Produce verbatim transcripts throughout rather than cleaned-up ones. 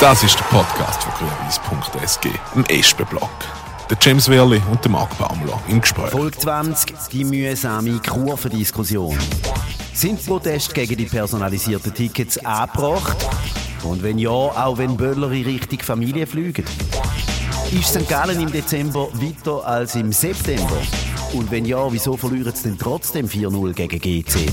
Das ist der Podcast von grünwies punkt s g, dem Espen-Blog. Der James Werli und der Marc Baumler im Gespräch. Folge zwanzig, die mühsame Kurvendiskussion. Sind Proteste gegen die personalisierten Tickets angebracht? Und wenn ja, auch wenn Böller in Richtung Familie fliegen? Ist Sankt Gallen im Dezember weiter als im September? Und wenn ja, wieso verlieren sie denn trotzdem vier null gegen G C?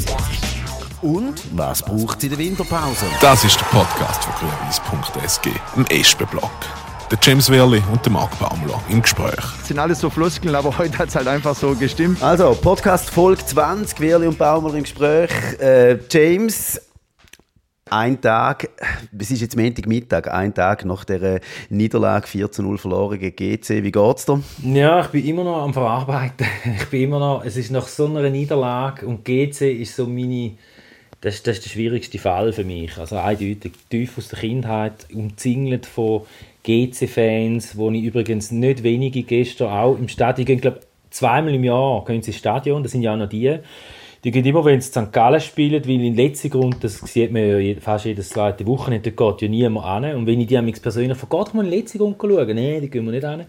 Und was braucht es in der Winterpause? Das ist der Podcast von grünwies punkt s g, dem Espen-Blog. Der James Werli und der Marc Baumler im Gespräch. Das sind alles so Floskeln, aber heute hat es halt einfach so gestimmt. Also, Podcast Folge zwanzig, Werli und Baumler im Gespräch. Äh, James, ein Tag, es ist jetzt Montagmittag, ein Tag nach der Niederlage vier zu null verloren gegen G C. Wie geht's dir? Ja, ich bin immer noch am Verarbeiten. Ich bin immer noch, es ist nach so einer Niederlage und G C ist so meine... Das, das ist der schwierigste Fall für mich. Also eindeutig tief aus der Kindheit, umzingelt von G C-Fans, wo ich übrigens nicht wenige gestern auch im Stadion gehen. Ich glaube, zweimal im Jahr gehen sie ins Stadion, das sind ja auch noch die. Die gehen immer, wenn sie Sankt Gallen spielen, weil in letzter Grund, das sieht man ja fast jedes zweite Wochenende, da geht ja niemand hin. Und wenn ich die persönlich frage, geht doch mal in letzter Grund schauen? Nein, die gehen wir nicht hin.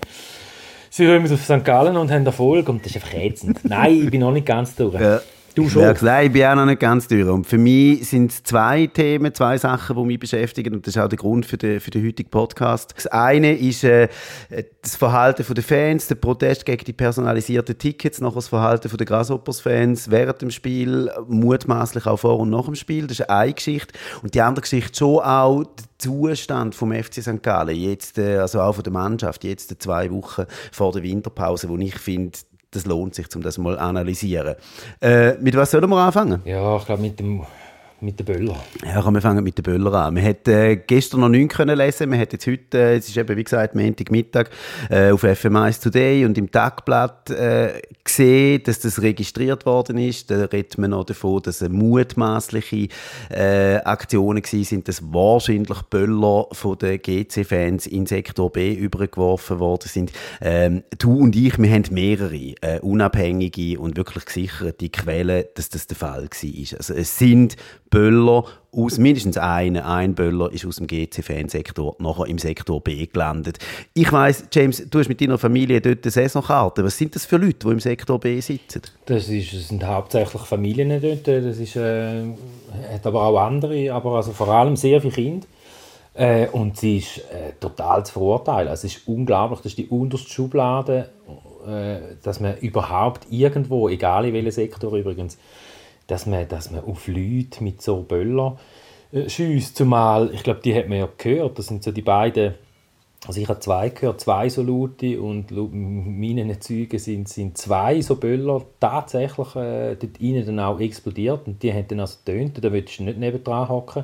Sie kommen auf Sankt Gallen und haben Erfolg und das ist einfach ätzend. Nein, ich bin noch nicht ganz durch. Ja. Du schon? Ja, nein, ich bin auch noch nicht ganz durch. Und für mich sind es zwei Themen, zwei Sachen, die mich beschäftigen. Und das ist auch der Grund für den, für den heutigen Podcast. Das eine ist äh, das Verhalten der Fans, der Protest gegen die personalisierten Tickets, nachher das Verhalten der Grasshoppers-Fans während dem Spiel, mutmaßlich auch vor und nach dem Spiel. Das ist eine Geschichte. Und die andere Geschichte schon auch der Zustand vom F C Sankt Gallen, jetzt, äh, also auch von der Mannschaft, jetzt zwei Wochen vor der Winterpause, wo ich finde, das lohnt sich, um das mal zu analysieren. Äh, mit was sollen wir anfangen? Ja, ich glaube mit dem mit den Böller. Ja, komm, wir fangen mit den Böller an. Wir hätten äh, gestern noch nichts können lesen. Wir hätten jetzt heute, äh, es ist eben wie gesagt Montagmittag, äh, auf F M eins Today und im Tagblatt äh, gesehen, dass das registriert worden ist. Da redet man noch davon, dass es mutmaßliche äh, Aktionen gewesen sind, dass wahrscheinlich Böller von den G C-Fans in Sektor B übergeworfen worden sind. Ähm, du und ich, wir haben mehrere äh, unabhängige und wirklich gesicherte Quellen, dass das der Fall war. Also es sind Böller aus, mindestens einer, ein Böller ist aus dem G C-Fansektor nachher im Sektor B gelandet. Ich weiss, James, du hast mit deiner Familie dort eine Saisonkarte. Was sind das für Leute, die im Sektor B sitzen? Das, ist, das sind hauptsächlich Familien dort. Das ist, äh, hat aber auch andere, aber also vor allem sehr viele Kinder. Äh, und sie ist äh, total zu verurteilen. Also es ist unglaublich, das ist die unterste Schublade, äh, dass man überhaupt irgendwo, egal in welchem Sektor übrigens, dass man, dass man auf Leute mit so Böller äh, schiesst. Zumal, ich glaube, die hat man ja gehört, das sind so die beiden, also ich habe zwei gehört, zwei so Laute und laut meinen Zeugen sind, sind zwei so Böller tatsächlich äh, dort rein dann auch explodiert und die haben dann also getönt, da willst du nicht nebendran hocken.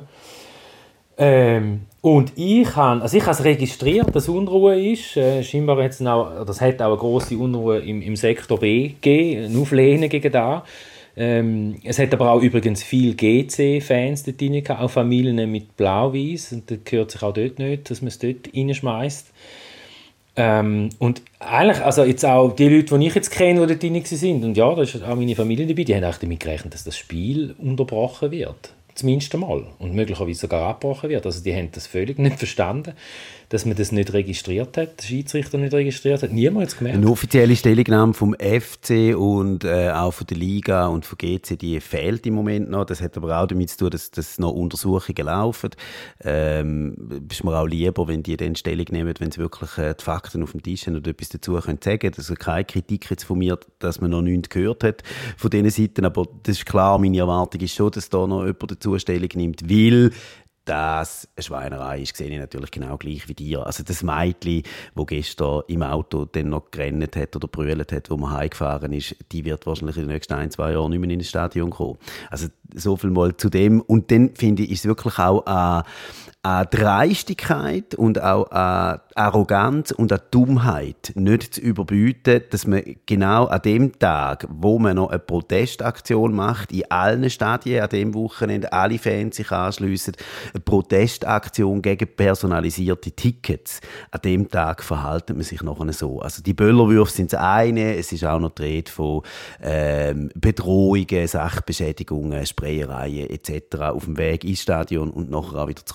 Ähm, und ich habe also ich habe es registriert, dass Unruhe ist. Äh, scheinbar hat es auch, das hat auch eine grosse Unruhe im, im Sektor B gegeben, ein Auflehnen gegen da. Ähm, es hat aber auch übrigens viele G C-Fans dort rein, auch Familien mit Blau-Weiß. Und das gehört sich auch dort nicht, dass man es dort reinschmeißt. Ähm, und eigentlich, also jetzt auch die Leute, die ich jetzt kenne, die dort rein sind, und ja, da ist auch meine Familie dabei, die haben auch damit gerechnet, dass das Spiel unterbrochen wird. Zumindest einmal. Und möglicherweise sogar abgebrochen wird. Also die haben das völlig nicht verstanden, dass man das nicht registriert hat, der Schiedsrichter nicht registriert hat. Niemand hat es gemerkt. Eine offizielle Stellungnahme vom F C und äh, auch von der Liga und von G C, die fehlt im Moment noch. Das hat aber auch damit zu tun, dass, dass noch Untersuchungen laufen. Ähm, ist mir auch lieber, wenn die dann Stellung nehmen, wenn sie wirklich äh, die Fakten auf dem Tisch haben und etwas dazu können sagen. Also keine Kritik jetzt von mir, dass man noch nichts gehört hat von diesen Seiten. Aber das ist klar, meine Erwartung ist schon, dass da noch jemand dazu Stellung nimmt, weil das eine Schweinerei ist, sehe ich natürlich genau gleich wie dir. Also das Mädchen, das gestern im Auto dann noch gerannt hat oder brüllt hat, wo man heimgefahren ist, die wird wahrscheinlich in den nächsten ein, zwei Jahren nicht mehr in das Stadion kommen. Also so viel mal zu dem. Und dann finde ich, ist es wirklich auch eine, eine Dreistigkeit und auch eine Arroganz und eine Dummheit nicht zu überbieten, dass man genau an dem Tag, wo man noch eine Protestaktion macht, in allen Stadien an dem Wochenende alle Fans sich anschliessen, eine Protestaktion gegen personalisierte Tickets. An dem Tag verhalten man sich nachher so. Also die Böllerwürfe sind das eine, es ist auch noch die Rede von ähm, Bedrohungen, Sachbeschädigungen, Sprayereien et cetera auf dem Weg ins Stadion und nachher auch wieder zurück. Und es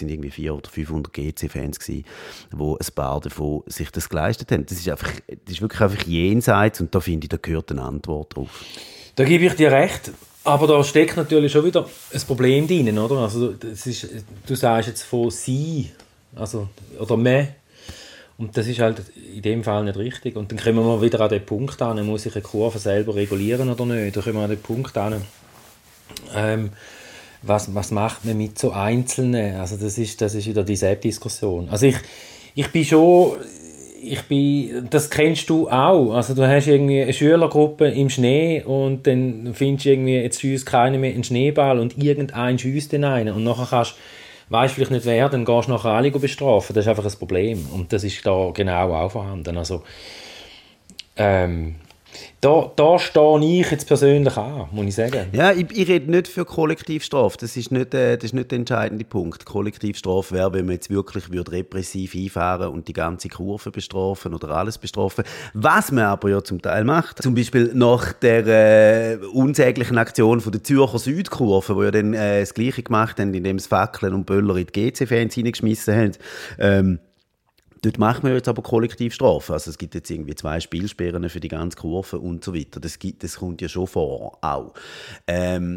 sind irgendwie vierhundert oder fünfhundert G C-Fans gewesen, wo ein paar davon sich das geleistet haben. Das ist, einfach, das ist wirklich einfach jenseits und da finde ich, da gehört eine Antwort drauf. Da gebe ich dir recht. Aber da steckt natürlich schon wieder ein Problem drin, oder? Also, das ist, du sagst jetzt von «sie», also, oder «me». Und das ist halt in dem Fall nicht richtig. Und dann kommen wir wieder an den Punkt an, muss ich eine Kurve selber regulieren oder nicht? Da kommen wir an den Punkt an, ähm, was, was macht man mit so Einzelnen? Also das ist, das ist wieder dieselbe Diskussion. Also ich, ich bin schon... Ich bin, das kennst du auch. Also du hast irgendwie eine Schülergruppe im Schnee und dann findest du irgendwie, jetzt schiesst keiner mehr einen Schneeball und irgendein schiesst den einen. Und nachher kannst weißt vielleicht nicht wer, dann gehst du nachher alle bestrafen. Das ist einfach ein Problem. Und das ist da genau auch vorhanden. Also, ähm, Da, da stehe ich jetzt persönlich an, muss ich sagen. Ja, ich, ich rede nicht für Kollektivstrafe. Das ist nicht, äh, das ist nicht der entscheidende Punkt. Kollektivstrafe wäre, wenn man jetzt wirklich würde repressiv einfahren und die ganze Kurve bestrafen oder alles bestrafen. Was man aber ja zum Teil macht. Zum Beispiel nach der äh, unsäglichen Aktion von der Zürcher Südkurve, wo ja dann äh, das Gleiche gemacht haben, indem sie Fackeln und Böller in die G C-Fans hineingeschmissen haben. Ähm, Dort machen wir jetzt aber Kollektivstrafe. Also es gibt jetzt irgendwie zwei Spielsperren für die ganze Kurve und so weiter. Das, gibt, das kommt ja schon vor, auch. Ähm,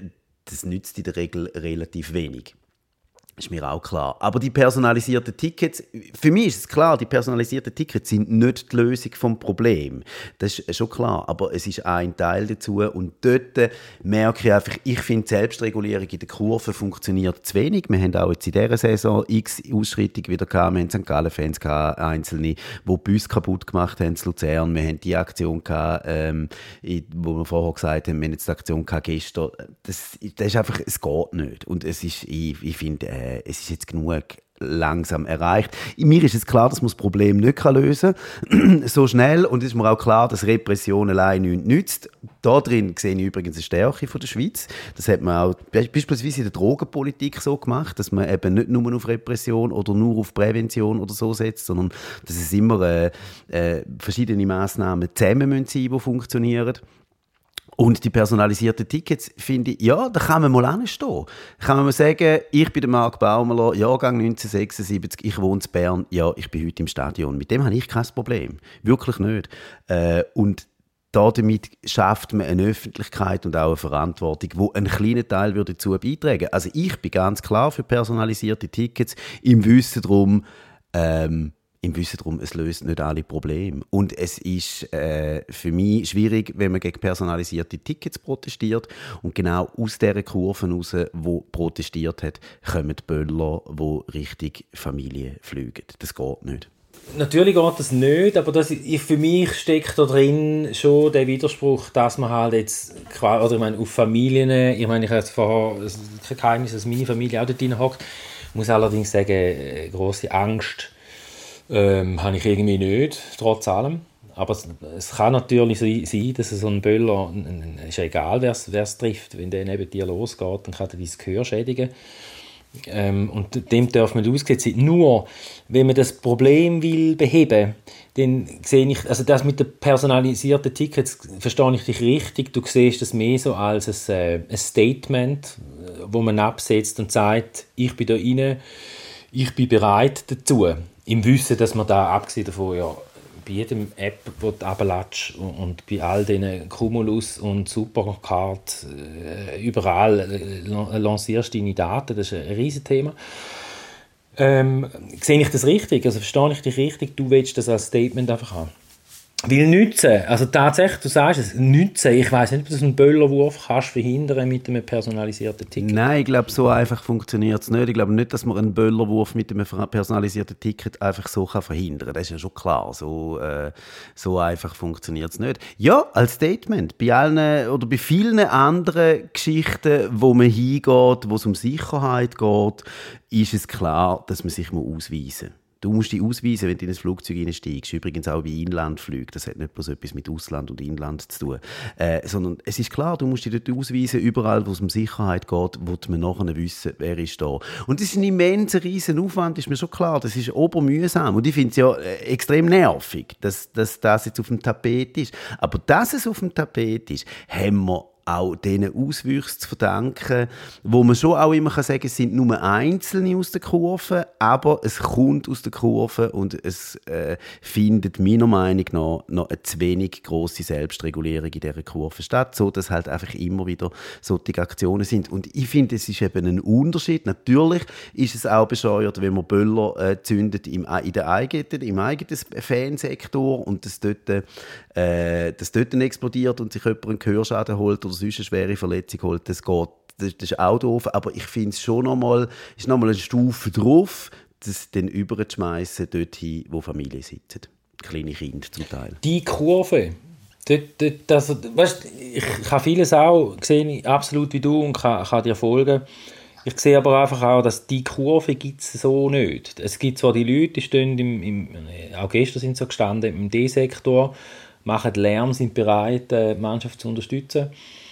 das nützt in der Regel relativ wenig. Ist mir auch klar. Aber die personalisierten Tickets, für mich ist es klar, die personalisierten Tickets sind nicht die Lösung des Problems. Das ist schon klar. Aber es ist ein Teil dazu. Und dort merke ich einfach, ich finde, die Selbstregulierung in der Kurve funktioniert zu wenig. Wir haben auch jetzt in dieser Saison x Ausschreitungen wieder gehabt. Wir haben Sankt Gallen-Fans gehabt, Einzelne, die Bus kaputt gemacht haben in Luzern. Wir haben die Aktion gehabt, ähm, wo wir vorher gesagt haben, wir haben jetzt die Aktion gehabt gestern. Das, das ist einfach, es geht nicht. Und es ist, ich, ich finde, äh, es ist jetzt genug langsam erreicht. Mir ist es klar, dass man das Problem nicht lösen kann, so schnell. Und es ist mir auch klar, dass Repression allein nichts nützt. Da drin sehe ich übrigens eine Stärke von der Schweiz. Das hat man auch beispielsweise in der Drogenpolitik so gemacht, dass man eben nicht nur auf Repression oder nur auf Prävention oder so setzt, sondern dass es immer äh, äh, verschiedene Massnahmen zusammen sein müssen, die funktionieren. Und die personalisierten Tickets, finde ich, ja, da kann man mal hinstehen. Da kann man mal sagen, ich bin der Marc Baumerler, Jahrgang neunzehnhundertsechsundsiebzig, ich wohne in Bern, ja, ich bin heute im Stadion. Mit dem habe ich kein Problem. Wirklich nicht. Äh, und damit schafft man eine Öffentlichkeit und auch eine Verantwortung, die einen kleinen Teil dazu beitragen würde. Also ich bin ganz klar für personalisierte Tickets, im Wissen darum, ähm, Im Wissen darum, es löst nicht alle Probleme. Und es ist äh, für mich schwierig, wenn man gegen personalisierte Tickets protestiert. Und genau aus dieser Kurve heraus, die protestiert hat, kommen die Böller, die Richtung Familie fliegen. Das geht nicht. Natürlich geht das nicht, aber das, ich, für mich steckt da drin schon der Widerspruch, dass man halt jetzt, oder ich meine, auf Familien, ich meine, ich habe jetzt vorher, es ist kein Geheimnis, dass meine Familie auch dort drin hockt. Ich muss allerdings sagen, grosse Angst Ähm, habe ich irgendwie nicht, trotz allem. Aber es, es kann natürlich sein, dass so ein Böller, es ist egal, wer es trifft, wenn der neben dir losgeht, dann kann er dein Gehör schädigen. Ähm, und dem darf man ausgesetzt sein. Nur, wenn man das Problem will beheben, dann sehe ich, also das mit den personalisierten Tickets, verstehe ich dich richtig, du siehst das mehr so als ein, äh, ein Statement, wo man absetzt und sagt, ich bin da rein, ich bin bereit dazu. Im Wissen, dass man da, abgesehen davon, ja, bei jedem App, wo du runterlädst und, und bei all diesen Cumulus und Supercard, äh, überall äh, lancierst deine Daten, das ist ein riesiges Thema. Ähm, sehe ich das richtig? Also verstehe ich dich richtig? Du willst das als Statement einfach haben? Weil nützen, also tatsächlich, du sagst es, nützen, ich weiss nicht, ob du einen Böllerwurf kannst verhindern mit einem personalisierten Ticket. Nein, ich glaube, so einfach funktioniert es nicht. Ich glaube nicht, dass man einen Böllerwurf mit einem personalisierten Ticket einfach so kann verhindern kann. Das ist ja schon klar. So, äh, so einfach funktioniert es nicht. Ja, als Statement. Bei allen oder bei vielen anderen Geschichten, wo man hingeht, wo es um Sicherheit geht, ist es klar, dass man sich ausweisen muss. Du musst dich ausweisen, wenn du in ein Flugzeug einsteigst. Übrigens auch bei Inlandflügen. Das hat nicht bloß etwas mit Ausland und Inland zu tun. Äh, sondern es ist klar, du musst dich dort ausweisen, überall, wo es um Sicherheit geht, wo man nachher wissen, wer ist da. Und das ist ein immenser, riesen Aufwand, ist mir schon klar. Das ist obermühsam. Und ich finde es ja äh, extrem nervig, dass, dass das jetzt auf dem Tapet ist. Aber dass es auf dem Tapet ist, haben wir auch diesen Auswüchsen zu verdanken, wo man schon auch immer kann sagen, es sind nur Einzelne aus der Kurve, aber es kommt aus der Kurve und es äh, findet meiner Meinung nach noch eine zu wenig grosse Selbstregulierung in dieser Kurve statt, so dass halt einfach immer wieder solche Aktionen sind. Und ich finde, es ist eben ein Unterschied. Natürlich ist es auch bescheuert, wenn man Böller äh, zündet im, in der eigenen, im eigenen Fansektor und das dort, äh, das dort explodiert und sich jemand einen Gehörschaden holt oder sonst eine schwere Verletzung holt. Das geht. Das, das ist auch doof, aber ich finde es schon noch mal, ist noch mal eine Stufe drauf, das dann überzuschmeissen dorthin, wo Familien sitzen. Kleine Kinder zum Teil. Die Kurve, dort, dort, also, weißt, ich, ich habe vieles auch gesehen, absolut wie du, und kann, kann dir folgen. Ich sehe aber einfach auch, dass die Kurve gibt es so nicht. Es gibt zwar die Leute, die stehen im, im, auch gestern sind sie gestanden, im D-Sektor, machen Lärm, sind bereit, die Mannschaft zu unterstützen.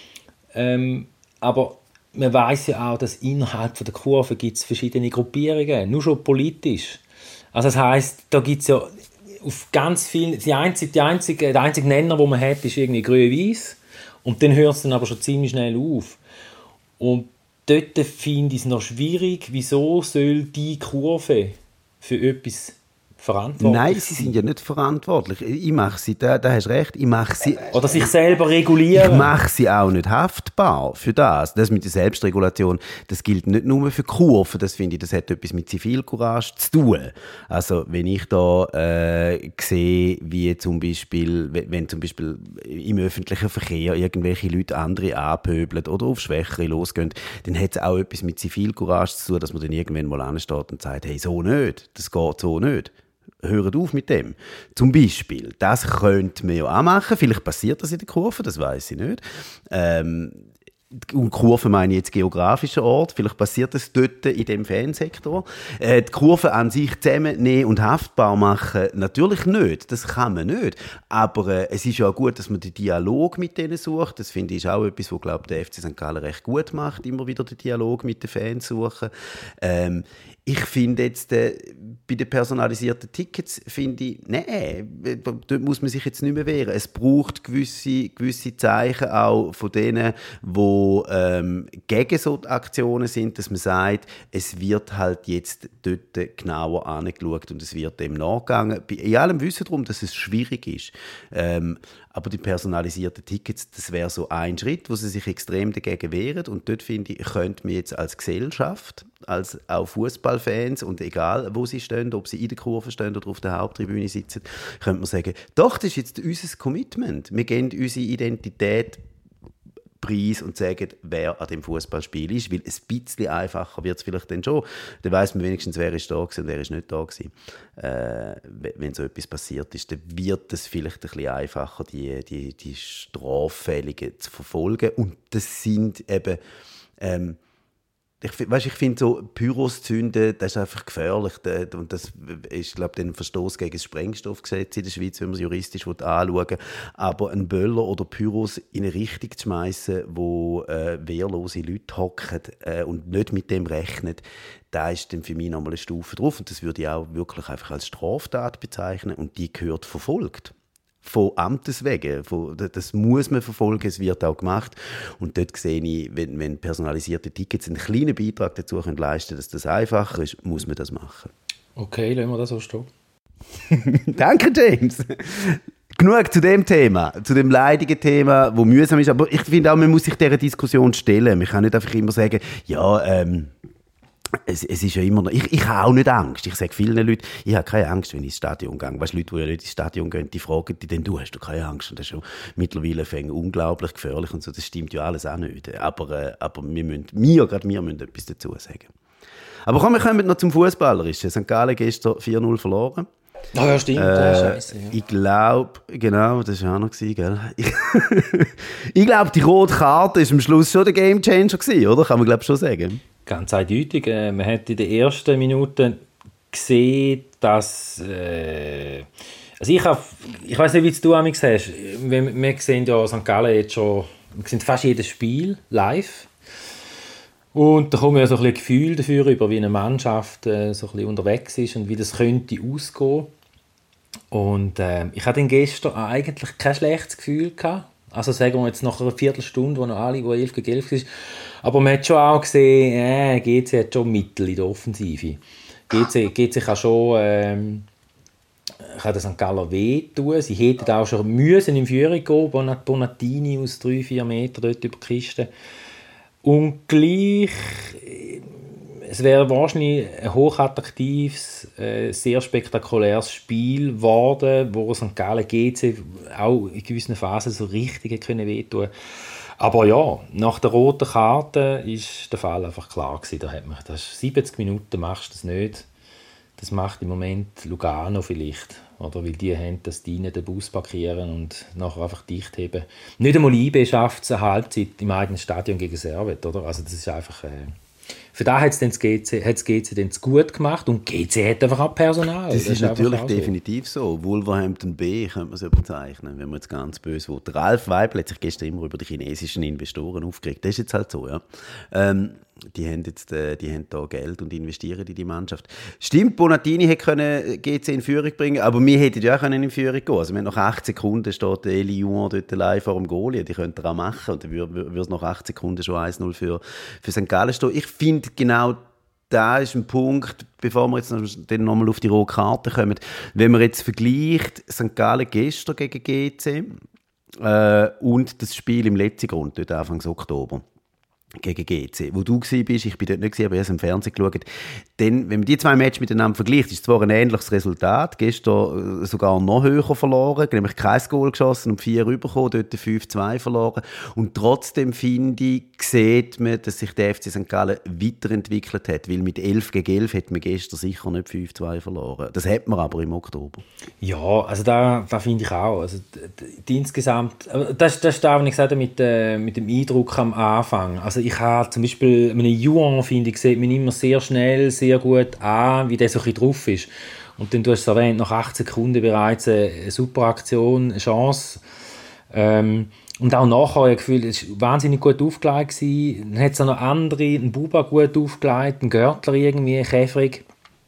Ähm, aber man weiss ja auch, dass innerhalb der Kurve gibt es verschiedene Gruppierungen, nur schon politisch. Also das heisst, da gibt es ja auf ganz viel, die einzige, die einzige, der einzige Nenner, den man hat, ist irgendwie grün-weiß. Und dann hört es dann aber schon ziemlich schnell auf. Und dort finde ich es noch schwierig, wieso soll die Kurve für etwas verantwortlich Nein, sie sind ja nicht verantwortlich. Ich mache sie, da, da hast du recht, ich mache sie... Oder sich selber regulieren. Ich mache sie auch nicht haftbar für das. Das mit der Selbstregulation, das gilt nicht nur für Kurven, das finde ich, das hat etwas mit Zivilcourage zu tun. Also, wenn ich da äh, sehe, wie zum Beispiel, wenn zum Beispiel im öffentlichen Verkehr irgendwelche Leute andere anpöbeln oder auf Schwächere losgehen, dann hat es auch etwas mit Zivilcourage zu tun, dass man dann irgendwann mal ansteht und sagt, hey, so nicht, das geht so nicht. Hört auf mit dem. Zum Beispiel, das könnte man ja auch machen. Vielleicht passiert das in der Kurve, das weiss ich nicht. Ähm, und Kurve meine ich jetzt geografischer Ort. Vielleicht passiert das dort in dem Fansektor. Äh, die Kurve an sich zusammennehmen und haftbar machen, natürlich nicht. Das kann man nicht. Aber äh, es ist ja auch gut, dass man den Dialog mit denen sucht. Das finde ich ist auch etwas, was, glaube ich, der F C Sankt Gallen recht gut macht, immer wieder den Dialog mit den Fans suchen. Ähm, Ich finde jetzt, äh, bei den personalisierten Tickets, finde ich, nein, dort muss man sich jetzt nicht mehr wehren. Es braucht gewisse, gewisse Zeichen auch von denen, die ähm, gegen so Aktionen sind, dass man sagt, es wird halt jetzt dort genauer angeschaut und es wird dem nachgegangen. In allem Wissen darum, dass es schwierig ist. Ähm, aber die personalisierten Tickets, das wäre so ein Schritt, wo sie sich extrem dagegen wehren. Und dort, finde ich, könnte man jetzt als Gesellschaft, als auch Fußballfans und egal, wo sie stehen, ob sie in der Kurve stehen oder auf der Haupttribüne sitzen, könnte man sagen, doch, das ist jetzt unser Commitment. Wir geben unsere Identität Preis und sagen, wer an dem Fußballspiel ist, weil ein bisschen einfacher wird es vielleicht dann schon. Dann weiss man wenigstens, wer ist da gewesen und wer ist nicht da gewesen. Äh, wenn so etwas passiert ist, dann wird es vielleicht ein bisschen einfacher, die, die, die Straffälligen zu verfolgen. Und das sind eben ähm, Ich, weißt, ich finde, so Pyros zünden, das ist einfach gefährlich. Und das ist, glaube ich, ein Verstoß gegen das Sprengstoffgesetz in der Schweiz, wenn man es juristisch anschauen will. Aber einen Böller oder Pyros in eine Richtung zu schmeissen, wo äh, wehrlose Leute hocken äh, und nicht mit dem rechnen, da ist dann für mich nochmal eine Stufe drauf. Und das würde ich auch wirklich einfach als Straftat bezeichnen. Und die gehört verfolgt. Von Amtes wegen. Von, das muss man verfolgen, es wird auch gemacht. Und dort sehe ich, wenn, wenn personalisierte Tickets einen kleinen Beitrag dazu können leisten können, dass das einfacher ist, muss man das machen. Okay, lassen wir das so stehen. Danke, James. Genug zu dem Thema, zu dem leidigen Thema, das mühsam ist. Aber ich finde auch, man muss sich dieser Diskussion stellen. Man kann nicht einfach immer sagen, ja, ähm, Es, es ist ja immer noch, ich, ich habe auch nicht Angst. Ich sage vielen Leuten, ich habe keine Angst, wenn ich ins Stadion gehe. Weißt du, Leute, die ja nicht ins Stadion gehen, die fragen dich dann, du hast doch keine Angst. Und das ist schon mittlerweile unglaublich gefährlich und so. Das stimmt ja alles auch nicht. Aber, äh, aber wir müssen, wir, gerade wir müssen etwas dazu sagen. Aber komm, wir kommen noch zum Fußballerischen. Sankt Gallen gestern vier null verloren. Ah, ja, stimmt. Äh, Scheiße, ja. Ich glaube, genau, das war auch noch, gell? Ich, ich glaube, die rote Karte war am Schluss schon der Gamechanger gewesen, oder? Kann man, glaube ich, schon sagen. Ganz eindeutig. Man hat in den ersten Minuten gesehen, dass... Äh, also ich, hab, ich weiss nicht, wie du es hast. Wir, wir sehen ja Sankt Gallen jetzt schon... Wir sehen fast jedes Spiel live. Und da kommen wir so ein bisschen Gefühl dafür, über wie eine Mannschaft äh, so ein bisschen unterwegs ist und wie das könnte ausgehen. Und äh, ich hatte gestern eigentlich kein schlechtes Gefühl gehabt. Also sagen wir jetzt nach einer Viertelstunde, wo noch alle, wo elf gegen elf war. Aber man hat schon auch gesehen, äh, G C hat schon Mittel in der Offensive. G C, G C kann schon ähm, kann der Sankt Galler wehtun. Sie hätten auch schon müssen in Führung gehen, Bonatini aus drei vier Metern dort über die Kiste. Und gleich, es wäre wahrscheinlich ein hochattraktives, äh, sehr spektakuläres Spiel geworden, wo Sankt Gallen G C auch in gewissen Phasen so richtig können wehtun. Aber ja, nach der roten Karte ist der Fall einfach klar gewesen. Da hat man, das ist siebzig Minuten machst du das nicht. Das macht im Moment Lugano vielleicht. Oder weil die haben, dass die nicht den Bus parkieren und nachher einfach dicht haben. Nicht einmal I B schafft es eine Halbzeit im eigenen Stadion gegen Servet. Oder? Also das ist einfach... Äh, für da hat es das G C, hat's G C dann gut gemacht und G C hat einfach auch Personal. Das, das ist, ist natürlich so. definitiv so. Wolverhampton B könnte man es so bezeichnen, wenn man jetzt ganz böse will. Der Ralf Weibel hat sich gestern immer über die chinesischen Investoren aufgeregt. Das ist jetzt halt so, ja. Ähm, die haben jetzt äh, die haben da Geld und investieren in die Mannschaft. Stimmt, Bonatini hätte können G C in Führung bringen, aber wir hätten ja auch können in Führung gehen. Also wenn nach acht Sekunden steht Eli Juan dort allein vor dem Goalie, die könnte er auch machen und dann würde es nach acht Sekunden schon eins null für, für Sankt Gallen stehen. Ich finde genau, da ist ein Punkt, bevor wir jetzt noch, dann nochmal auf die rote Karte kommen, wenn man jetzt vergleicht Sankt Gallen gestern gegen G C äh, und das Spiel im letzten Grund, dort Anfang Oktober. Gegen G C, wo du warst, ich bin dort nicht, aber ich habe es im Fernsehen geschaut. Denn, wenn man die zwei Matches miteinander vergleicht, ist es zwar ein ähnliches Resultat, gestern sogar noch höher verloren, nämlich kein Goal geschossen und vier rübergekommen, dort fünf zwei verloren. Und trotzdem, finde ich, sieht man, dass sich der F C Sankt Gallen weiterentwickelt hat, weil mit elf gegen elf hat man gestern sicher nicht fünf zwei verloren. Das hat man aber im Oktober. Ja, also da, da finde ich auch. Also die, die insgesamt, das, das ist da, was ich gesagt habe, mit, äh, mit dem Eindruck am Anfang. Also ich habe zum Beispiel einen Juan, finde ich, sieht man immer sehr schnell, sehr gut an, wie der so ein bisschen drauf ist. Und dann, du hast es erwähnt, nach acht Sekunden bereits eine super Aktion, eine Chance. Ähm, und auch nachher, ich habe das Gefühl, es war wahnsinnig gut aufgelegt. Dann hat es auch noch andere, einen Buba gut aufgelegt, einen Görtler irgendwie, Käferig.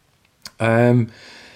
Ähm,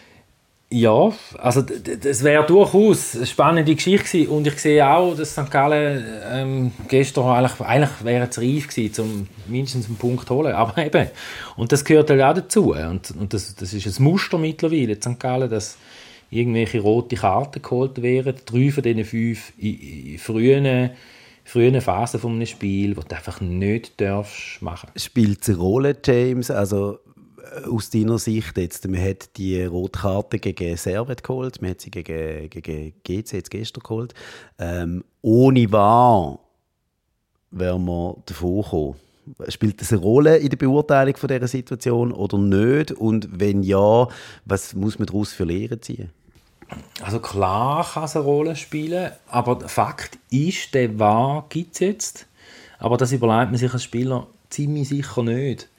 Ja, also das wäre durchaus eine spannende Geschichte gewesen. Und ich sehe auch, dass Sankt Gallen ähm, gestern eigentlich, eigentlich wäre es reif gewesen, um mindestens einen Punkt zu holen. Aber eben, und das gehört halt auch dazu. Und, und das, das ist ein Muster mittlerweile in Sankt Gallen, dass irgendwelche rote Karten geholt werden. Drei von diesen fünf in, in frühen, frühen Phasen von einem Spiel, die du einfach nicht darfst machen. Spielt es eine Rolle, James? Also aus deiner Sicht jetzt, man hat die rote Karte gegen Servet geholt, man hat sie gegen, gegen G C jetzt gestern geholt. Ähm, ohne V A R wären wir davon gekommen. Spielt das eine Rolle in der Beurteilung von dieser Situation oder nicht? Und wenn ja, was muss man daraus für Lehren ziehen? Also klar kann es eine Rolle spielen, aber der Fakt ist, der V A R gibt es jetzt. Aber das überlegt man sich als Spieler ziemlich sicher nicht.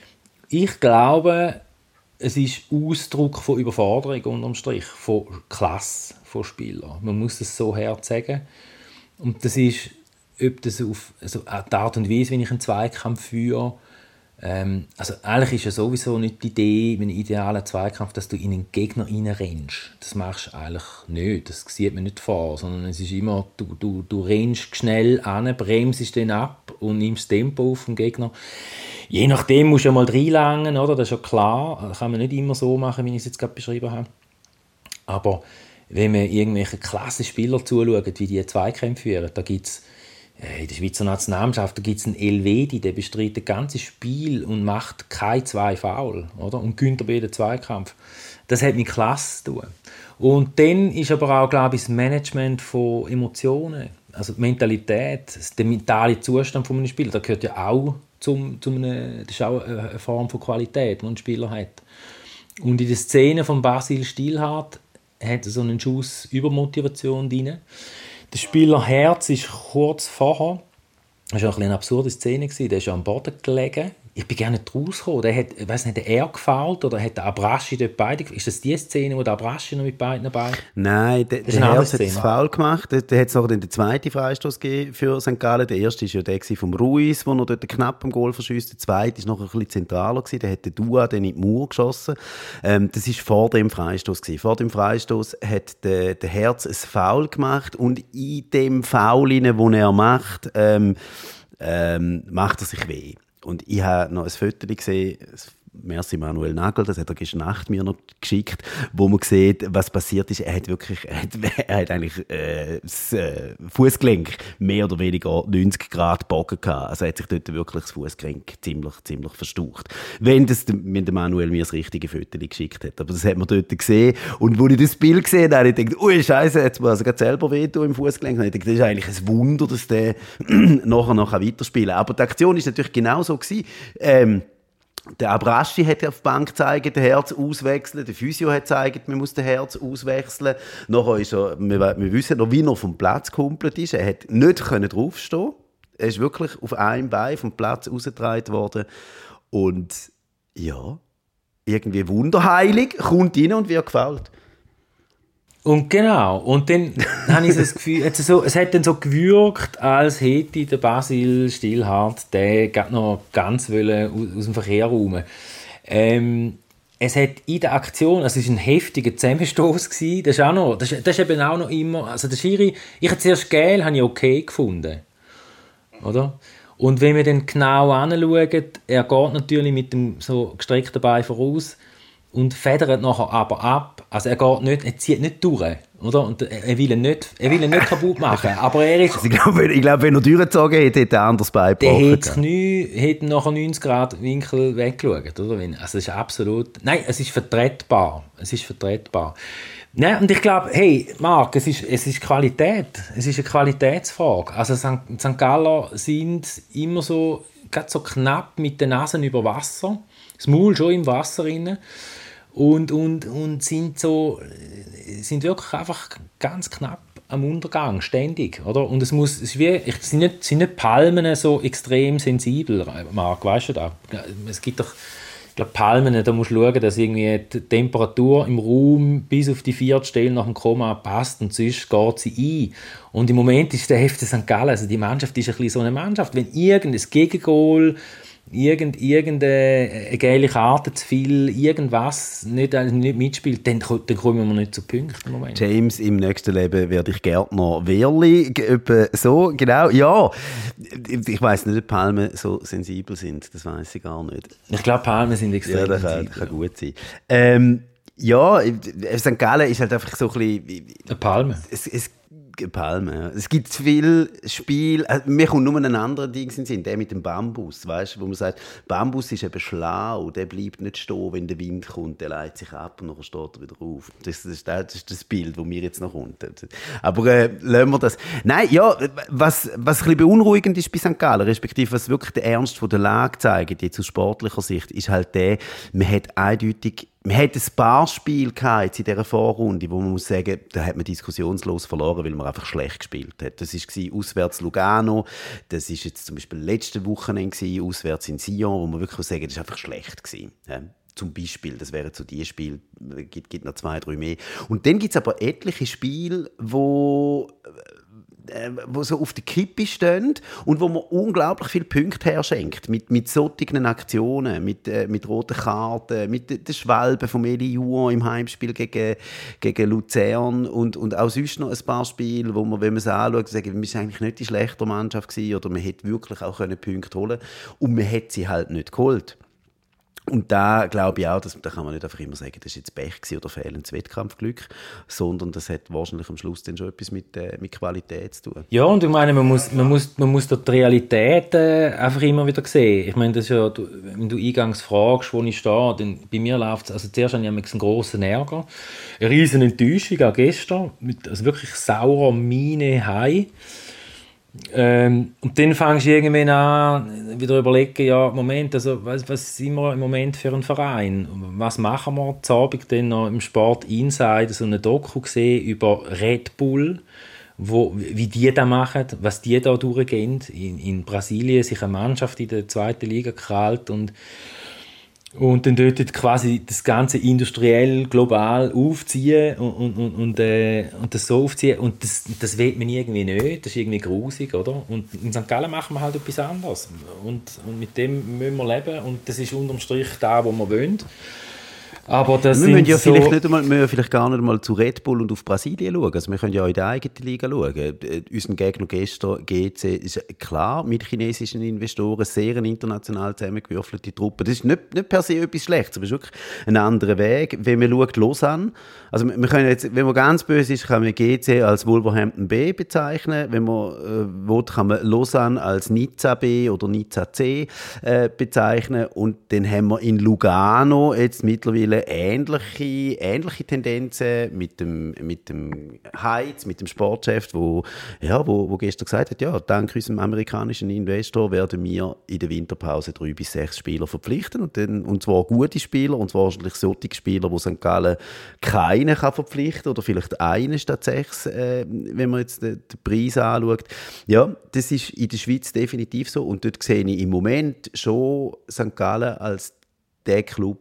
Ich glaube, es ist Ausdruck von Überforderung unterm Strich, von Klasse von Spielern. Man muss es so hart sagen. Und das ist, ob das auf also die Art und Weise, wie ich einen Zweikampf führe. Ähm, also eigentlich ist ja sowieso nicht die Idee, in einem idealen Zweikampf, dass du in einen Gegner reinrennst. Das machst du eigentlich nicht. Das sieht man nicht vor, sondern es ist immer, du, du, du rennst schnell an, bremst den ab und nimmst das Tempo auf den Gegner. Je nachdem musst du ja mal reinlangen, oder? Das ist ja klar. Das kann man nicht immer so machen, wie ich es jetzt gerade beschrieben habe. Aber wenn man irgendwelche klasse Spieler zuschaut, wie die Zweikämpfe führen, da gibt es in der Schweizer Nationalmannschaft, da gibt es einen Elvedi, der bestreitet das ganze Spiel und macht keine zwei Foul, oder? Und gewinnt bei jedem Zweikampf. Das hat mit Klasse zu tun. Und dann ist aber auch, glaube ich, das Management von Emotionen, also die Mentalität, der mentale Zustand von einem Spieler, da gehört ja auch zum, zum eine, das ist auch eine Form von Qualität, die ein Spieler hat. Und in der Szene von Basil Stillhardt hat er so einen Schuss Übermotivation drin. Der Spieler Herz ist kurz vorher, das war eine absurde Szene, der ist am Boden gelegen, ich bin gerne nicht rausgekommen. Der hat, ich weiss nicht, hat er gefault oder hat der Abraschi dort beide... Ist das die Szene, wo der Abraschi noch mit beiden dabei? Nein, der, der Herz hat das Foul gemacht. Da hat es noch den zweiten Freistoß gegeben für Sankt Gallen. Der erste war ja der vom Ruiz, der noch dort knapp am Goal verschießt. Der zweite war noch ein bisschen zentraler gewesen. Der hat den Dua dann in die Mauer geschossen. Ähm, das war vor dem Freistoß gewesen. Vor dem Freistoß hat der, der Herz ein Foul gemacht und in dem Foul, den er macht, ähm, ähm, macht er sich weh. Und ich habe noch ein Foto gesehen, merci Manuel Nagel, das hat er gestern Nacht mir noch geschickt, wo man sieht, was passiert ist. Er hat wirklich, er hat, er hat eigentlich äh, das äh, Fußgelenk mehr oder weniger neunzig Grad gebogen gehabt. Also er hat sich dort wirklich das Fußgelenk ziemlich, ziemlich verstaucht. Wenn, das, wenn der Manuel mir das richtige Foto geschickt hat. Aber das hat man dort gesehen. Und als ich das Bild gesehen habe, habe ich gedacht, ui Scheiße, jetzt muss er gerade selber wehtun im Fußgelenk. Und ich dachte, das ist eigentlich ein Wunder, dass der nachher noch weiterspielen kann. Aber die Aktion ist natürlich genau so gewesen. Ähm, Der Abraschi hat auf die Bank gezeigt, den Herz auswechseln. Der Physio hat gezeigt, man muss den Herz auswechseln. Nachher ist er, wir, wir wissen noch, wie er vom Platz gehumpelt ist. Er hat nicht draufstehen. Er ist wirklich auf einem Bein vom Platz rausgetragen worden. Und ja, irgendwie wunderheilig, kommt rein und wird gefoult. Und genau, und dann habe ich so das Gefühl, also so, es hat dann so gewirkt, als hätte der Basil Stillhardt den gerade noch ganz wollen aus, aus dem Verkehr räumen. Ähm, es hat in der Aktion, also es war ein heftiger Zusammenstoss gewesen, das ist auch noch, das, das ist eben auch noch immer, also der Schiri, ich habe zuerst gel, habe ich okay gefunden, oder? Und wenn wir dann genau anschauen, er geht natürlich mit dem so gestreckten Bein voraus und federt nachher aber ab. Also er geht nicht, er zieht nicht durch, oder? Und er will ihn nicht, er will ihn nicht kaputt machen. Aber er ist... Also ich glaube, ich glaube, wenn er durchgezogen hätte, hätte er ein anderes Bein gebrochen. Der hätte das Knie, hätte nachher neunzig Grad Winkel weggeschaut, oder? Also es ist absolut... Nein, es ist vertretbar. Es ist vertretbar. Nein, und ich glaube, hey, Marc, es ist, es ist Qualität. Es ist eine Qualitätsfrage. Also Sankt Galler sind immer so, gerade so knapp mit den Nasen über Wasser. Das Maul schon im Wasser drin. Und, und, und sind, so, sind wirklich einfach ganz knapp am Untergang, ständig. Oder? Und es, muss, es ist wie, ich, sind, nicht, sind nicht Palmen so extrem sensibel, Marc, weißt du das? Es gibt doch, ich glaube, Palmen, da musst du schauen, dass irgendwie die Temperatur im Raum bis auf die vierte Stelle nach dem Komma passt und sonst geht sie ein. Und im Moment ist der F C Sankt Gallen, also die Mannschaft ist ein bisschen so eine Mannschaft, wenn irgendein Gegengol, Irgend, irgendeine geile Karte zu viel, irgendwas nicht, nicht mitspielt, dann, dann kommen wir nicht zu Punkten im Moment. James, im nächsten Leben werde ich Gärtner Wehrli. So, genau, ja. Ich weiss nicht, ob Palmen so sensibel sind, das weiss ich gar nicht. Ich glaube, Palmen sind extrem ja, das sensibel. Kann, kann gut sein. Ähm, ja, Sankt Gallen ist halt einfach so ein bisschen... Eine Palme. Es, es Palme, ja. Es gibt viel Spiel. Also, mir kommt nur ein anderer Ding in den Sinn, der mit dem Bambus, weißt, wo man sagt, Bambus ist eben schlau, der bleibt nicht stehen, wenn der Wind kommt, der leitet sich ab und dann steht er wieder auf. Das, das, das ist das Bild, das mir jetzt noch kommt. Aber äh, lassen wir das. Nein, ja, was, was ein bisschen beunruhigend ist bei Sankt Gallen, respektive was wirklich der Ernst von der Lage zeigt, jetzt aus sportlicher Sicht, ist halt der, man hat eindeutig Man hat ein paar Spiele in dieser Vorrunde, wo man muss sagen, da hat man diskussionslos verloren, weil man einfach schlecht gespielt hat. Das war auswärts Lugano, das war jetzt zum Beispiel letzte Wochenende auswärts in Sion, wo man wirklich sagen, das war einfach schlecht gewesen. Ja, zum Beispiel, das wären so die Spiele, es gibt, gibt noch zwei, drei mehr. Und dann gibt es aber etliche Spiele, wo wo so auf der Kippe stehen und wo man unglaublich viele Punkte herschenkt. Mit, mit solchen Aktionen, mit, äh, mit roten Karten, mit der Schwalbe vom Eli Juon im Heimspiel gegen, gegen Luzern und, und auch sonst noch ein paar Spiele, wo man, wenn man es anschaut, sagen, wir waren eigentlich nicht die schlechte Mannschaft gewesen, oder man hätte wirklich auch Punkte holen können und man hat sie halt nicht geholt. Und da glaube ich auch, dass, da kann man nicht einfach immer sagen, das war jetzt Pech oder fehlendes Wettkampfglück, sondern das hat wahrscheinlich am Schluss dann schon etwas mit, äh, mit Qualität zu tun. Ja, und ich meine, man muss, man muss, man muss die Realität äh, einfach immer wieder sehen. Ich meine, das ist ja, du, wenn du eingangs fragst, wo ich stehe, dann bei mir läuft es, also zuerst habe ich einen grossen Ärger, eine riesen Enttäuschung, auch gestern, mit also wirklich saurer Miene heim. Ähm, und dann fängst du irgendwann an, wieder überlegen, ja, Moment, also, was, was sind wir im Moment für ein Verein? Was machen wir? Jetzt habe ich dann noch im Sport Inside so eine Doku gesehen über Red Bull, wo, wie die das machen, was die da durchgehen. In, in Brasilien sich eine Mannschaft in der zweiten Liga krallt und Und dann dort quasi das Ganze industriell, global aufziehen und, und, und, und, äh, und das so aufziehen. Und das, das will man irgendwie nicht. Das ist irgendwie grusig, oder? Und in Sankt Gallen machen wir halt etwas anderes. Und, und mit dem müssen wir leben. Und das ist unterm Strich da, wo wir wollen. Aber das wir müssen ja so vielleicht, nicht einmal, wir müssen vielleicht gar nicht einmal zu Red Bull und auf Brasilien schauen. Also wir können ja auch in der eigenen Liga schauen. Äh, unser Gegner gestern, G C, ist klar mit chinesischen Investoren, sehr eine international zusammengewürfelte Truppe. Das ist nicht, nicht per se etwas Schlechtes, aber es ist wirklich ein anderer Weg. Wenn man schaut, Lausanne, also wir können jetzt, wenn man ganz böse ist, kann man G C als Wolverhampton B bezeichnen. Wenn man äh, will, kann man Lausanne als Nizza B oder Nizza C äh, bezeichnen. Und dann haben wir in Lugano jetzt mittlerweile ähnliche, ähnliche Tendenzen mit dem, mit dem Heitz, mit dem Sportchef, wo, ja, wo, wo gestern gesagt hat, ja, dank unserem amerikanischen Investor werden wir in der Winterpause drei bis sechs Spieler verpflichten und, dann, und zwar gute Spieler und zwar wahrscheinlich solche Spieler, wo Sankt Gallen keinen kann verpflichten oder vielleicht einen statt sechs, äh, wenn man jetzt den, den Preis anschaut. Ja, das ist in der Schweiz definitiv so und dort sehe ich im Moment schon Sankt Gallen als der Club,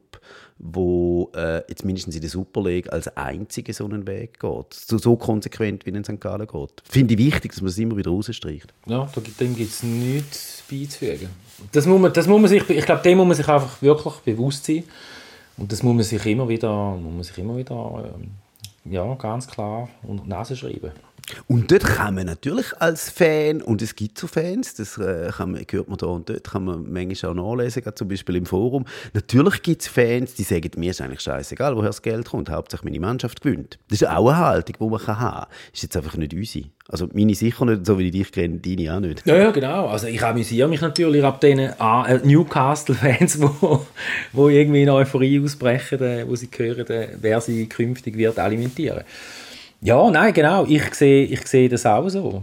wo äh, jetzt mindestens in der Super League als einzige so einen Weg geht. So, so konsequent, wie in Sankt Gallen geht. Finde ich wichtig, dass man es immer wieder rausstreicht. Ja, dem gibt es nichts beizufügen. Das muss man, das muss man sich, ich glaube, dem muss man sich einfach wirklich bewusst sein. Und das muss man sich immer wieder, muss man sich immer wieder ähm, ja, ganz klar unter die Nase schreiben. Und dort kann man natürlich als Fan, und es gibt so Fans, das äh, kann man, hört man da und dort, kann man manchmal auch nachlesen, gerade zum Beispiel im Forum. Natürlich gibt es Fans, die sagen, mir ist eigentlich scheißegal, woher das Geld kommt, Hauptsache meine Mannschaft gewinnt. Das ist auch eine Haltung, die man haben kann. Ist jetzt einfach nicht unsere. Also meine sicher nicht, so wie ich dich kenne, deine auch nicht. Ja, ja, genau. Also ich amüsiere mich natürlich ab den äh, Newcastle-Fans, wo, wo irgendwie in Euphorie ausbrechen, äh, wo sie hören, äh, wer sie künftig wird alimentieren. Ja, nein, genau. Ich sehe, ich sehe das auch so.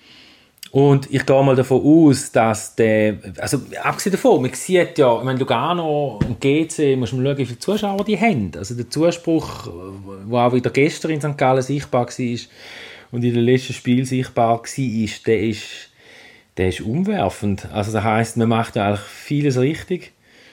Und ich gehe mal davon aus, dass der, also abgesehen davon, man sieht ja, ich meine, Lugano und G C, muss man schauen, wie viele Zuschauer die haben. Also der Zuspruch, der auch wieder gestern in Sankt Gallen sichtbar war und in dem letzten Spiel sichtbar war, der ist, der ist umwerfend. Also das heisst, man macht ja eigentlich vieles richtig.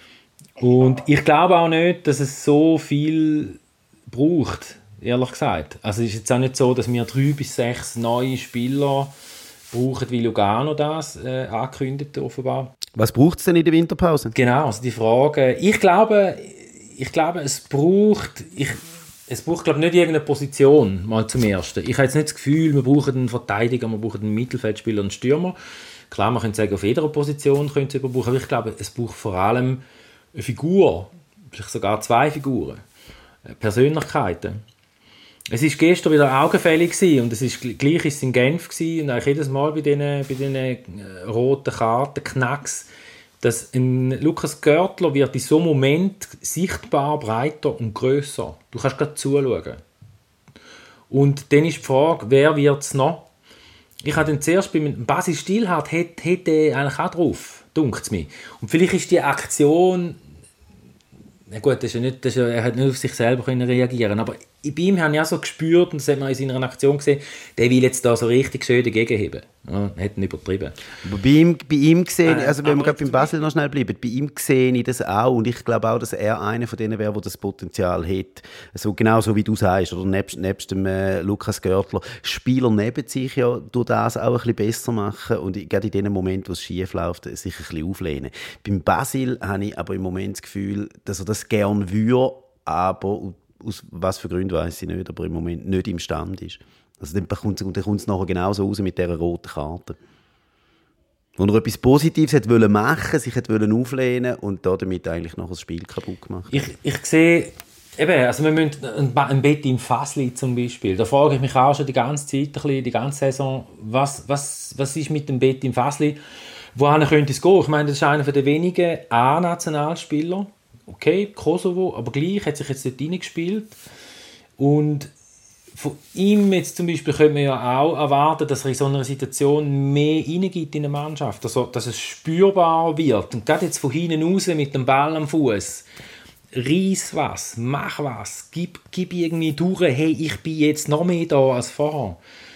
Und ich glaube auch nicht, dass es so viel braucht, ehrlich gesagt. Also es ist jetzt auch nicht so, dass wir drei bis sechs neue Spieler brauchen, wie Lugano das äh, angekündigt offenbar. Was braucht es denn in der Winterpause? Genau, also die Frage. Ich glaube, ich glaube es braucht, ich, es braucht glaube nicht irgendeine Position, mal zum Ersten. Ich habe jetzt nicht das Gefühl, wir brauchen einen Verteidiger, wir brauchen einen Mittelfeldspieler und einen Stürmer. Klar, man könnte sagen, auf jeder Position könnte es brauchen, aber ich glaube, es braucht vor allem eine Figur, vielleicht sogar zwei Figuren, Persönlichkeiten. Es war gestern wieder augenfällig gewesen, und es ist, gleich ist es in Genf gewesen, und eigentlich jedes Mal bei diesen, bei diesen äh, roten Karten, Knacks, dass ein Lukas Görtler wird in so einem Moment sichtbar breiter und grösser. Du kannst gerade zuschauen. Und dann ist die Frage, wer wird es noch? Ich habe dann zuerst bei Basil Stillhardt hätte, hätte eigentlich auch drauf, dunkt es mir. Und vielleicht ist die Aktion, na gut, das ist ja nicht, das ist ja, er hat nicht auf sich selber können reagieren, aber bei ihm habe ich auch so gespürt, und das hat man in seiner Aktion gesehen, der will jetzt da so richtig schön dagegen heben. Ja, hat ihn übertrieben. Aber bei ihm, bei ihm gesehen, also wenn wir gerade beim Basil noch schnell bleiben, bei ihm sehe ich das auch, und ich glaube auch, dass er einer von denen wäre, der das Potenzial hat. Also genau so wie du sagst, oder nebst, nebst dem äh, Lukas Görtler, Spieler neben sich ja durch das auch ein bisschen besser machen und gerade in dem Moment, wo es schief läuft, sich ein bisschen auflehnen. Beim Basil habe ich aber im Moment das Gefühl, dass er das gerne würde, aber aus was für Gründen weiss ich nicht, aber im Moment nicht imstande ist. Also dann kommt es nachher genauso raus mit dieser roten Karte. Wo er etwas Positives hat wollen machen, sich hat wollen auflehnen und damit eigentlich noch das Spiel kaputt gemacht. Ich, ich sehe, eben, also wir müssen ein, ein Bett im Fassli zum Beispiel. Da frage ich mich auch schon die ganze Zeit, ein bisschen, die ganze Saison, was, was, was ist mit dem Bett im Fassli? Wohin könnte es gehen? Ich meine, das ist einer der wenigen A-Nationalspieler. Okay, Kosovo, aber gleich hat sich jetzt dort reingespielt. Und von ihm jetzt zum Beispiel könnte man ja auch erwarten, dass er in so einer Situation mehr reingibt in eine Mannschaft, also, dass es spürbar wird. Und gerade jetzt von hinten raus mit dem Ball am Fuß, reiss was, mach was, gib, gib irgendwie durch, hey, ich bin jetzt noch mehr da als vorher.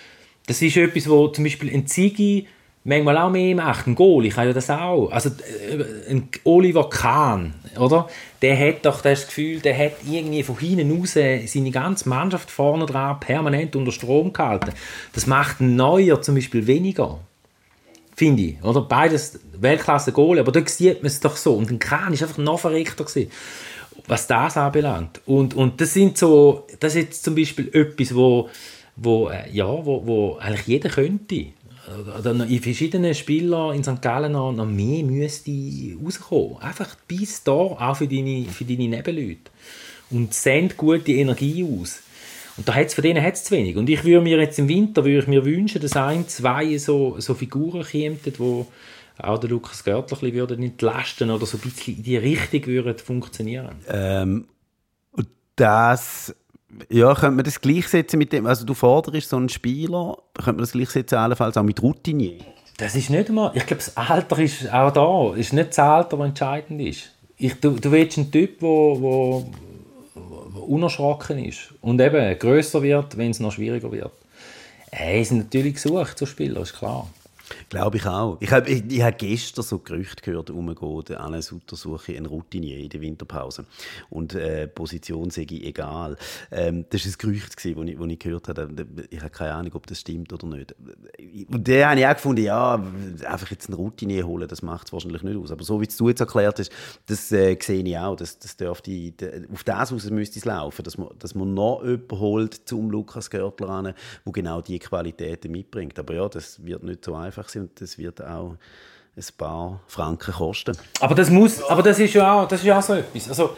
Das ist etwas, wo zum Beispiel ein Ziggy manchmal auch mehr macht. Ein Goalie kann ja das auch. Also ein Oliver Kahn, oder? Der hat doch das Gefühl, der hat irgendwie von hinten raus seine ganze Mannschaft vorne dran permanent unter Strom gehalten. Das macht ein Neuer zum Beispiel weniger. Finde ich. Oder? Beides Weltklasse-Goalie, aber dort sieht man es doch so. Und ein Kahn war einfach noch verrückter gewesen, was das anbelangt. Und, und das sind so, das ist jetzt zum Beispiel etwas, wo, wo, ja, wo, wo eigentlich jeder könnte. Oder in verschiedenen Spielern in Sankt Gallen noch, noch mehr müsste rauskommen. Einfach bis da, auch für deine, für deine Nebenleute. Und send gute Energie aus. Und da hat's, von denen hat es zu wenig. Und ich würde mir jetzt im Winter würde ich mir wünschen, dass ein, zwei so, so Figuren kämen, die auch der Lukas Görtler würden entlasten oder so ein bisschen in die Richtung würden funktionieren. Ähm, und das... Ja, könnte man das gleichsetzen mit dem, also du forderst so einen Spieler, könnte man das gleichsetzen allenfalls auch mit Routinier? Das ist nicht einmal, ich glaube das Alter ist auch da, ist nicht das Alter, das entscheidend ist. Ich, du, du willst einen Typ, der wo, wo, wo unerschrocken ist und eben grösser wird, wenn es noch schwieriger wird. Er ist natürlich gesucht, so Spieler, ist klar. Glaube ich auch. Ich habe ich, ich hab gestern so Gerüchte gehört, umgehen, der Alain Sutter suche einen Routinier in der Winterpause. Und äh, Position sei egal. Ähm, das war ein Gerücht, das ich, ich gehört habe. Ich habe keine Ahnung, ob das stimmt oder nicht. Und da habe ich auch gefunden, ja, einfach jetzt einen Routinier holen, das macht es wahrscheinlich nicht aus. Aber so wie du jetzt erklärt hast, das äh, sehe ich auch. Das, das dürfte, auf das aus müsste es laufen, dass man, dass man noch jemanden holt zum Lukas Görtler an, der genau diese Qualitäten mitbringt. Aber ja, das wird nicht so einfach sein und das wird auch ein paar Franken kosten. Aber das muss, aber das ist ja auch, das ist ja auch so etwas. Also,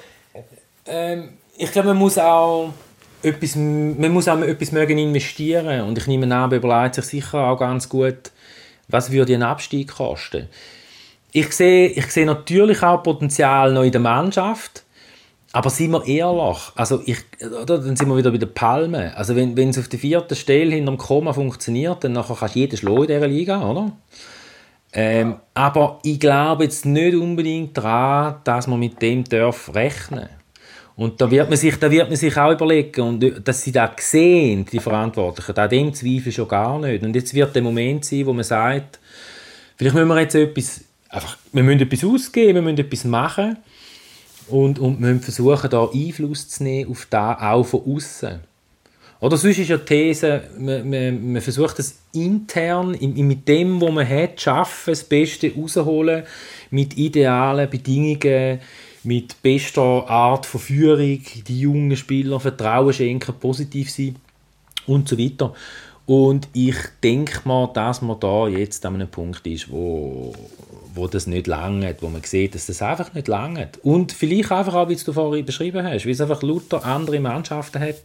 ähm, ich glaube, man muss auch etwas, man muss auch etwas mögen investieren und ich nehme an, man überlegt sich sicher auch ganz gut, was würde ein Abstieg kosten. Ich sehe, ich sehe natürlich auch Potenzial noch in der Mannschaft. Aber seien wir ehrlich, also ich, oder, dann sind wir wieder bei der Palme. Also wenn, wenn es auf der vierten Stelle hinter dem Komma funktioniert, dann nachher kannst du jeden schlagen in dieser Liga, oder? Ähm, aber ich glaube jetzt nicht unbedingt daran, dass man mit dem darf rechnen. Und da wird man sich, da wird man sich auch überlegen, und dass sie das sehen, die Verantwortlichen, an dem zweifle ich schon gar nicht. Und jetzt wird der Moment sein, wo man sagt, vielleicht müssen wir jetzt etwas, einfach, wir müssen etwas ausgeben, wir müssen etwas machen. Und, und wir müssen versuchen, da Einfluss zu nehmen auf das auch von außen. Oder sonst ist ja die These, man, man, man versucht das intern, mit dem, was man hat, schaffen, das Beste rausholen, mit idealen Bedingungen, mit bester Art von Führung, die jungen Spieler Vertrauen schenken, positiv sein und so weiter. Und ich denke mal, dass man da jetzt an einem Punkt ist, wo, wo das nicht langt, wo man sieht, dass das einfach nicht langt. Und vielleicht einfach auch, wie du vorhin beschrieben hast, weil es einfach lauter andere Mannschaften hat,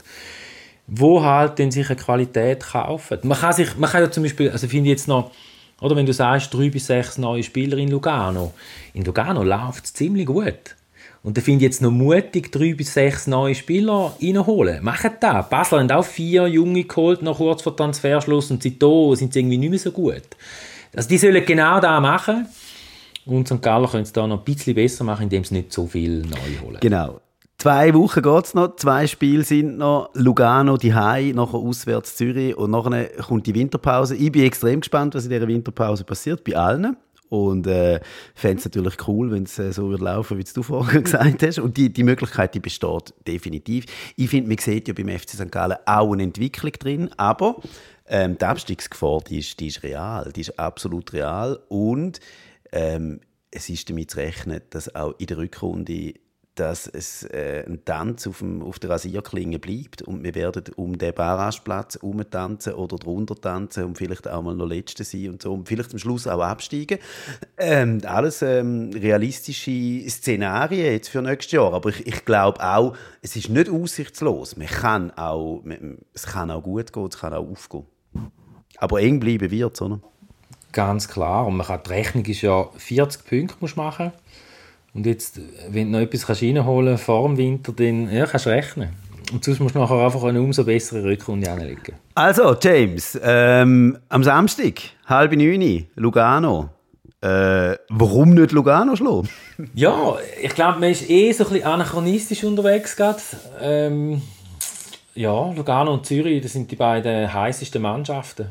wo halt dann sich eine Qualität kaufen. Man kann, sich, man kann ja zum Beispiel, also finde ich jetzt noch, oder wenn du sagst, drei bis sechs neue Spieler in Lugano. In Lugano läuft es ziemlich gut. Und da finde ich jetzt noch mutig, drei bis sechs neue Spieler reinholen. Machen das. Basel haben auch vier Junge geholt, noch kurz vor Transferschluss, und seitdem sind sie irgendwie nicht mehr so gut. Also die sollen genau das machen. Und Sankt Gallen können es da noch ein bisschen besser machen, indem sie nicht so viel neu holen. Genau. Zwei Wochen geht es noch, zwei Spiele sind noch. Lugano, die Hai, nachher auswärts Zürich und nachher kommt die Winterpause. Ich bin extrem gespannt, was in dieser Winterpause passiert, bei allen. Und äh, fände es natürlich cool, wenn es äh, so würde laufen, wie du vorhin gesagt hast. Und die, die Möglichkeit, die besteht definitiv. Ich finde, man sieht ja beim F C Sankt Gallen auch eine Entwicklung drin, aber ähm, die Abstiegsgefahr, die ist, die ist real, die ist absolut real. Und ähm, es ist damit zu rechnen, dass auch in der Rückrunde dass es äh, ein Tanz auf, dem, auf der Rasierklinge bleibt und wir werden um den Barrageplatz herumtanzen oder drunter tanzen und vielleicht auch mal noch Letzte sein und so und vielleicht am Schluss auch absteigen. Ähm, alles ähm, realistische Szenarien jetzt für nächstes Jahr, aber ich, ich glaube auch, es ist nicht aussichtslos. Man kann auch, man, es kann auch gut gehen, es kann auch aufgehen. Aber eng bleiben wird es, oder? Ganz klar. Und man kann, die Rechnung ist ja vierzig Punkte musst machen. Und jetzt, wenn du noch etwas reinholen kannst vor dem Winter, dann ja, kannst du rechnen. Und sonst musst du nachher einfach eine umso bessere Rückrunde hinlegen. Also, James, ähm, am Samstag, halb neun, Lugano. Äh, warum nicht Lugano schlagen? Ja, ich glaube, man ist eh so ein bisschen anachronistisch unterwegs gerade. Ähm, ja, Lugano und Zürich, das sind die beiden heißesten Mannschaften.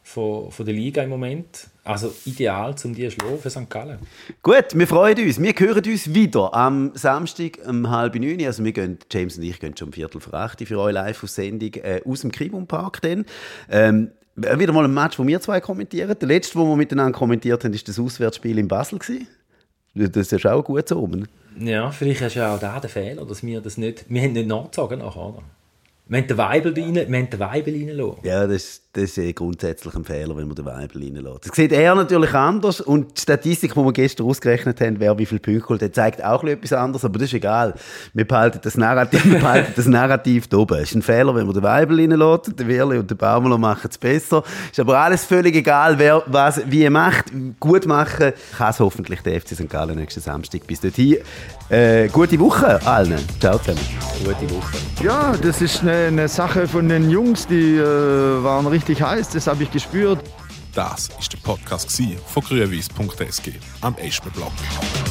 von, von der Liga im Moment. Also ideal, um die zu schlagen für Sankt Gallen. Gut, wir freuen uns. Wir hören uns wieder am Samstag um halb neun. Also wir gehen, James und ich gehen schon um Viertel vor acht für euch live auf Sendung äh, aus dem Kribum-Park. Ähm, wieder mal ein Match, wo wir zwei kommentieren. Der letzte, wo wir miteinander kommentiert haben, war das Auswärtsspiel in Basel. Das ist auch gut so oben. Ja, vielleicht ist ja auch da der Fehler, dass wir das nicht... Wir haben nicht nachgezogen nachher, oder? Wir haben den Weibel rein, wir haben den Weibel reingelassen. Ja, das, das ist grundsätzlich ein Fehler, wenn man den Weibel reinlässt. Das sieht er natürlich anders und die Statistik, die wir gestern ausgerechnet haben, wer wie viele Punkte geholt hat, zeigt auch etwas anderes, aber das ist egal. Wir behalten das Narrativ, wir behalten das Narrativ da oben. Es ist ein Fehler, wenn man den Weibel reinlässt, der Wirli und der Baumler machen es besser. Ist aber alles völlig egal, wer was wie macht. Gut machen kann es hoffentlich der F C Sankt Gallen nächsten Samstag. Bis dorthin. Äh, gute Woche allen. Ciao zusammen. Gute Woche. Ja, das ist eine, eine Sache von den Jungs, die äh, waren richtig heiß, das habe ich gespürt. Das war der Podcast von grünwies punkt s g am Eschbeblock.